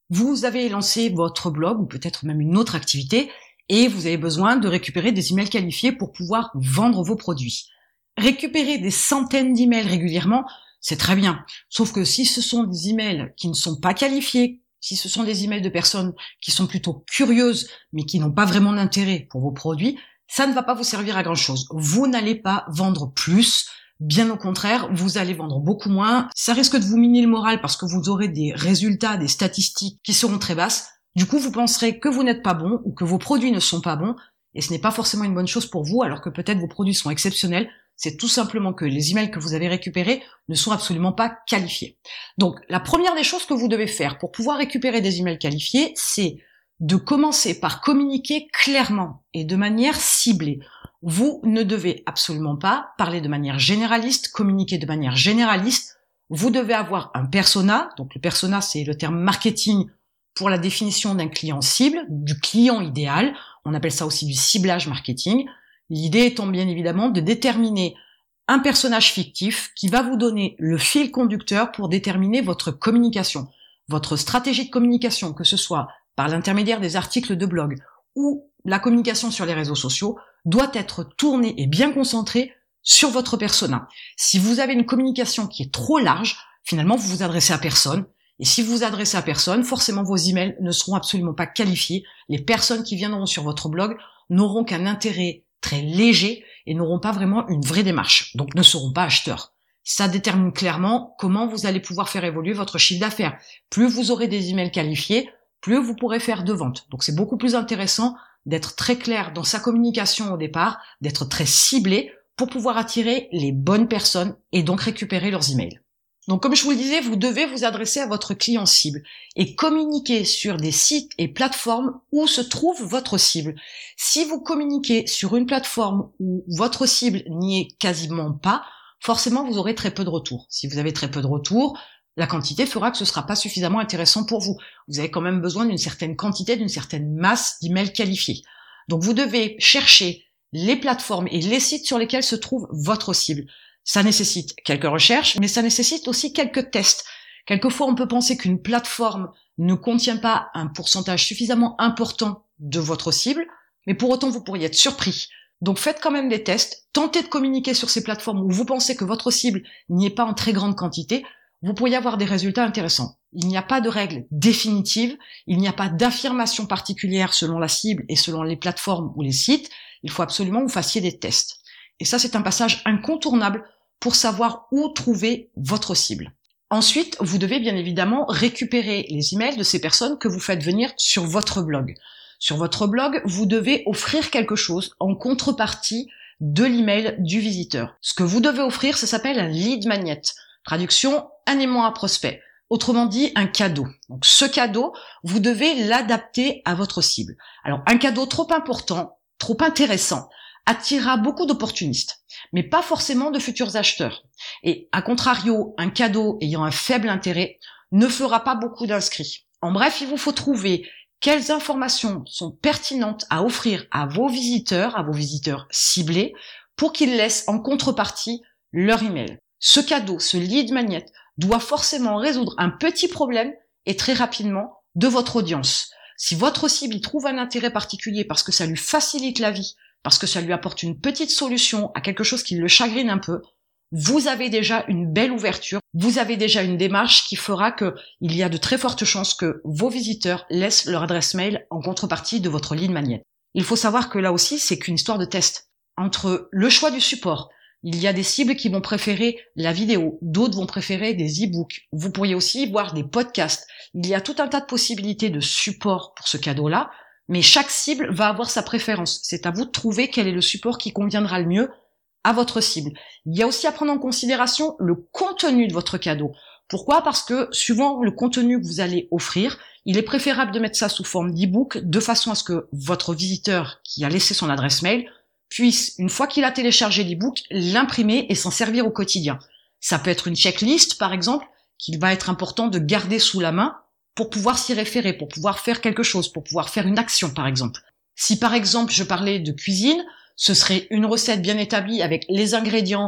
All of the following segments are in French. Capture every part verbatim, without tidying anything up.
Vous avez lancé votre blog ou peut-être même une autre activité et vous avez besoin de récupérer des emails qualifiés pour pouvoir vendre vos produits. Récupérer des centaines d'emails régulièrement, c'est très bien. Sauf que si ce sont des emails qui ne sont pas qualifiés, si ce sont des emails de personnes qui sont plutôt curieuses mais qui n'ont pas vraiment d'intérêt pour vos produits, ça ne va pas vous servir à grand chose. Vous n'allez pas vendre plus. Bien au contraire, vous allez vendre beaucoup moins. Ça risque de vous miner le moral parce que vous aurez des résultats, des statistiques qui seront très basses. Du coup, vous penserez que vous n'êtes pas bon ou que vos produits ne sont pas bons. Et ce n'est pas forcément une bonne chose pour vous, alors que peut-être vos produits sont exceptionnels. C'est tout simplement que les emails que vous avez récupérés ne sont absolument pas qualifiés. Donc, la première des choses que vous devez faire pour pouvoir récupérer des emails qualifiés, c'est de commencer par communiquer clairement et de manière ciblée. Vous ne devez absolument pas parler de manière généraliste, communiquer de manière généraliste. Vous devez avoir un persona. Donc le persona, c'est le terme marketing pour la définition d'un client cible, du client idéal. On appelle ça aussi du ciblage marketing. L'idée étant bien évidemment de déterminer un personnage fictif qui va vous donner le fil conducteur pour déterminer votre communication, votre stratégie de communication, que ce soit par l'intermédiaire des articles de blog ou la communication sur les réseaux sociaux, doit être tournée et bien concentrée sur votre persona. Si vous avez une communication qui est trop large, finalement vous vous adressez à personne. Et si vous vous adressez à personne, forcément vos emails ne seront absolument pas qualifiés. Les personnes qui viendront sur votre blog n'auront qu'un intérêt très léger et n'auront pas vraiment une vraie démarche, donc ne seront pas acheteurs. Ça détermine clairement comment vous allez pouvoir faire évoluer votre chiffre d'affaires. Plus vous aurez des emails qualifiés, plus vous pourrez faire de ventes. Donc c'est beaucoup plus intéressant d'être très clair dans sa communication au départ, d'être très ciblé pour pouvoir attirer les bonnes personnes et donc récupérer leurs emails. Donc comme je vous le disais, vous devez vous adresser à votre client cible et communiquer sur des sites et plateformes où se trouve votre cible. Si vous communiquez sur une plateforme où votre cible n'y est quasiment pas, forcément vous aurez très peu de retours. Si vous avez très peu de retours, la quantité fera que ce ne sera pas suffisamment intéressant pour vous. Vous avez quand même besoin d'une certaine quantité, d'une certaine masse d'emails qualifiés. Donc vous devez chercher les plateformes et les sites sur lesquels se trouve votre cible. Ça nécessite quelques recherches, mais ça nécessite aussi quelques tests. Quelquefois, on peut penser qu'une plateforme ne contient pas un pourcentage suffisamment important de votre cible, mais pour autant, vous pourriez être surpris. Donc faites quand même des tests, tentez de communiquer sur ces plateformes où vous pensez que votre cible n'y est pas en très grande quantité. Vous pourriez avoir des résultats intéressants. Il n'y a pas de règle définitive, il n'y a pas d'affirmation particulière selon la cible et selon les plateformes ou les sites. Il faut absolument que vous fassiez des tests. Et ça, c'est un passage incontournable pour savoir où trouver votre cible. Ensuite, vous devez bien évidemment récupérer les emails de ces personnes que vous faites venir sur votre blog. Sur votre blog, vous devez offrir quelque chose en contrepartie de l'email du visiteur. Ce que vous devez offrir, ça s'appelle un lead magnet. Traduction, un aimant à prospect. Autrement dit, un cadeau. Donc ce cadeau, vous devez l'adapter à votre cible. Alors un cadeau trop important, trop intéressant, attirera beaucoup d'opportunistes, mais pas forcément de futurs acheteurs. Et à contrario, un cadeau ayant un faible intérêt ne fera pas beaucoup d'inscrits. En bref, il vous faut trouver quelles informations sont pertinentes à offrir à vos visiteurs, à vos visiteurs ciblés, pour qu'ils laissent en contrepartie leur email. Ce cadeau, ce lead magnet, doit forcément résoudre un petit problème et très rapidement de votre audience. Si votre cible y trouve un intérêt particulier parce que ça lui facilite la vie, parce que ça lui apporte une petite solution à quelque chose qui le chagrine un peu, vous avez déjà une belle ouverture, vous avez déjà une démarche qui fera qu'il y a de très fortes chances que vos visiteurs laissent leur adresse mail en contrepartie de votre lead magnet. Il faut savoir que là aussi, c'est qu'une histoire de test. Entre le choix du support, il y a des cibles qui vont préférer la vidéo, d'autres vont préférer des e-books. Vous pourriez aussi voir des podcasts. Il y a tout un tas de possibilités de support pour ce cadeau-là, mais chaque cible va avoir sa préférence. C'est à vous de trouver quel est le support qui conviendra le mieux à votre cible. Il y a aussi à prendre en considération le contenu de votre cadeau. Pourquoi ? Parce que suivant le contenu que vous allez offrir, il est préférable de mettre ça sous forme d'e-book de façon à ce que votre visiteur qui a laissé son adresse mail puisse, une fois qu'il a téléchargé l'e-book, l'imprimer et s'en servir au quotidien. Ça peut être une checklist, par exemple, qu'il va être important de garder sous la main pour pouvoir s'y référer, pour pouvoir faire quelque chose, pour pouvoir faire une action, par exemple. Si, par exemple, je parlais de cuisine, ce serait une recette bien établie avec les ingrédients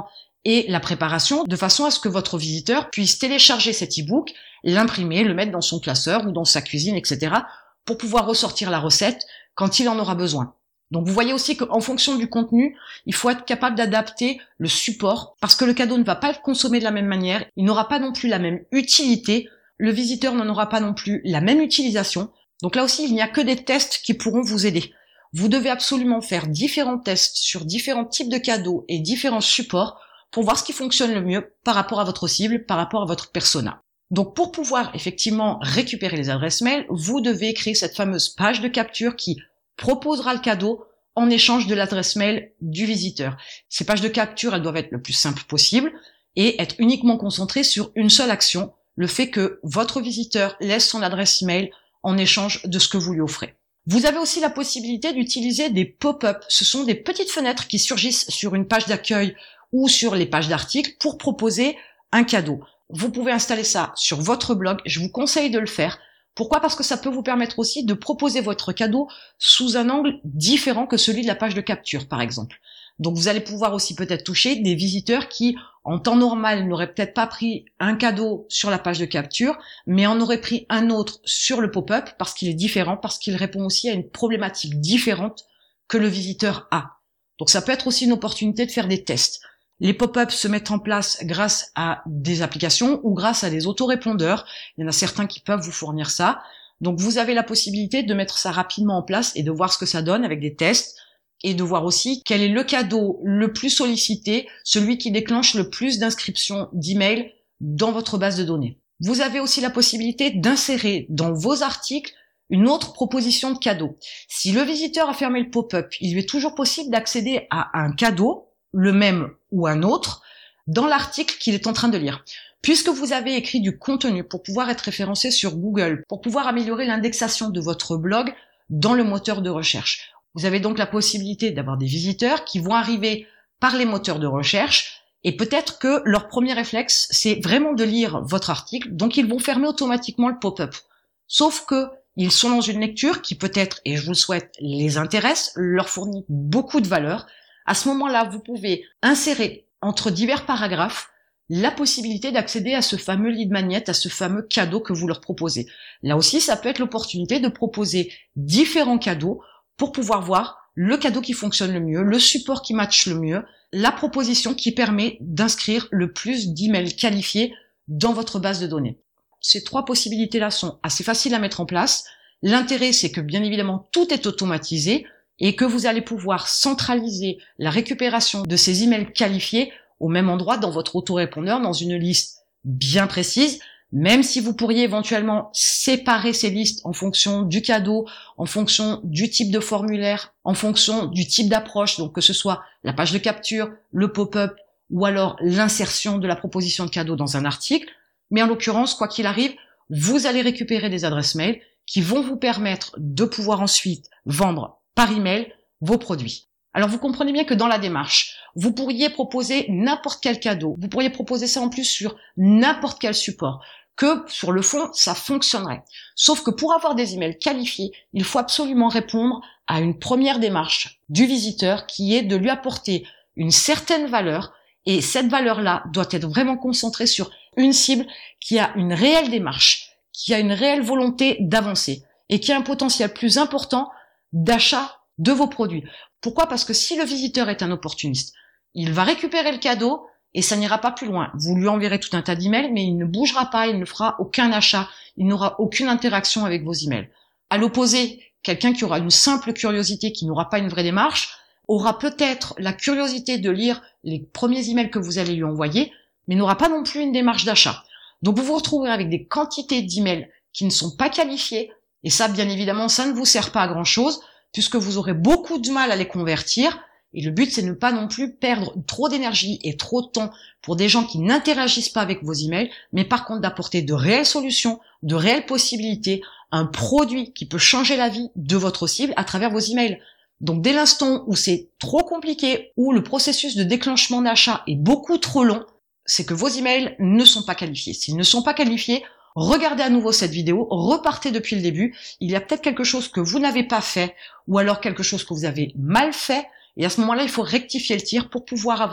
et la préparation de façon à ce que votre visiteur puisse télécharger cet e-book, l'imprimer, le mettre dans son classeur ou dans sa cuisine, et cetera pour pouvoir ressortir la recette quand il en aura besoin. Donc vous voyez aussi qu'en fonction du contenu, il faut être capable d'adapter le support parce que le cadeau ne va pas être consommé de la même manière, il n'aura pas non plus la même utilité, le visiteur n'en aura pas non plus la même utilisation. Donc là aussi, il n'y a que des tests qui pourront vous aider. Vous devez absolument faire différents tests sur différents types de cadeaux et différents supports pour voir ce qui fonctionne le mieux par rapport à votre cible, par rapport à votre persona. Donc pour pouvoir effectivement récupérer les adresses mail, vous devez créer cette fameuse page de capture qui proposera le cadeau en échange de l'adresse mail du visiteur. Ces pages de capture, elles doivent être le plus simples possible et être uniquement concentrées sur une seule action, le fait que votre visiteur laisse son adresse email en échange de ce que vous lui offrez. Vous avez aussi la possibilité d'utiliser des pop-up. Ce sont des petites fenêtres qui surgissent sur une page d'accueil ou sur les pages d'articles pour proposer un cadeau. Vous pouvez installer ça sur votre blog, je vous conseille de le faire. Pourquoi ? Parce que ça peut vous permettre aussi de proposer votre cadeau sous un angle différent que celui de la page de capture, par exemple. Donc vous allez pouvoir aussi peut-être toucher des visiteurs qui, en temps normal, n'auraient peut-être pas pris un cadeau sur la page de capture, mais en auraient pris un autre sur le pop-up parce qu'il est différent, parce qu'il répond aussi à une problématique différente que le visiteur a. Donc ça peut être aussi une opportunité de faire des tests. Les pop-ups se mettent en place grâce à des applications ou grâce à des autorépondeurs. Il y en a certains qui peuvent vous fournir ça. Donc vous avez la possibilité de mettre ça rapidement en place et de voir ce que ça donne avec des tests et de voir aussi quel est le cadeau le plus sollicité, celui qui déclenche le plus d'inscriptions d'emails dans votre base de données. Vous avez aussi la possibilité d'insérer dans vos articles une autre proposition de cadeau. Si le visiteur a fermé le pop-up, il lui est toujours possible d'accéder à un cadeau, le même ou un autre, dans l'article qu'il est en train de lire. Puisque vous avez écrit du contenu pour pouvoir être référencé sur Google, pour pouvoir améliorer l'indexation de votre blog dans le moteur de recherche. Vous avez donc la possibilité d'avoir des visiteurs qui vont arriver par les moteurs de recherche et peut-être que leur premier réflexe, c'est vraiment de lire votre article, donc ils vont fermer automatiquement le pop-up. Sauf que ils sont dans une lecture qui peut-être, et je vous le souhaite, les intéresse, leur fournit beaucoup de valeur. À ce moment-là, vous pouvez insérer entre divers paragraphes la possibilité d'accéder à ce fameux lead magnet, à ce fameux cadeau que vous leur proposez. Là aussi, ça peut être l'opportunité de proposer différents cadeaux pour pouvoir voir le cadeau qui fonctionne le mieux, le support qui matche le mieux, la proposition qui permet d'inscrire le plus d'emails qualifiés dans votre base de données. Ces trois possibilités-là sont assez faciles à mettre en place. L'intérêt, c'est que bien évidemment, tout est automatisé et que vous allez pouvoir centraliser la récupération de ces emails qualifiés au même endroit dans votre autorépondeur, dans une liste bien précise, même si vous pourriez éventuellement séparer ces listes en fonction du cadeau, en fonction du type de formulaire, en fonction du type d'approche, donc que ce soit la page de capture, le pop-up ou alors l'insertion de la proposition de cadeau dans un article. Mais en l'occurrence, quoi qu'il arrive, vous allez récupérer des adresses mail qui vont vous permettre de pouvoir ensuite vendre par email vos produits. Alors vous comprenez bien que dans la démarche, vous pourriez proposer n'importe quel cadeau, vous pourriez proposer ça en plus sur n'importe quel support, que sur le fond, ça fonctionnerait. Sauf que pour avoir des emails qualifiés, il faut absolument répondre à une première démarche du visiteur qui est de lui apporter une certaine valeur et cette valeur-là doit être vraiment concentrée sur une cible qui a une réelle démarche, qui a une réelle volonté d'avancer et qui a un potentiel plus important d'achat de vos produits. Pourquoi ? Parce que si le visiteur est un opportuniste, il va récupérer le cadeau et ça n'ira pas plus loin. Vous lui enverrez tout un tas d'emails, mais il ne bougera pas, il ne fera aucun achat, il n'aura aucune interaction avec vos emails. À l'opposé, quelqu'un qui aura une simple curiosité, qui n'aura pas une vraie démarche, aura peut-être la curiosité de lire les premiers emails que vous allez lui envoyer, mais n'aura pas non plus une démarche d'achat. Donc vous vous retrouverez avec des quantités d'emails qui ne sont pas qualifiés, et ça, bien évidemment, ça ne vous sert pas à grand-chose, puisque vous aurez beaucoup de mal à les convertir, et le but, c'est de ne pas non plus perdre trop d'énergie et trop de temps pour des gens qui n'interagissent pas avec vos emails, mais par contre d'apporter de réelles solutions, de réelles possibilités, un produit qui peut changer la vie de votre cible à travers vos emails. Donc dès l'instant où c'est trop compliqué, où le processus de déclenchement d'achat est beaucoup trop long, c'est que vos emails ne sont pas qualifiés. S'ils ne sont pas qualifiés, regardez à nouveau cette vidéo, repartez depuis le début. Il y a peut-être quelque chose que vous n'avez pas fait, ou alors quelque chose que vous avez mal fait, et à ce moment-là, il faut rectifier le tir pour pouvoir avoir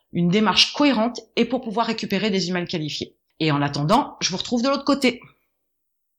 une démarche cohérente et pour pouvoir récupérer des emails qualifiés. Et en attendant, je vous retrouve de l'autre côté.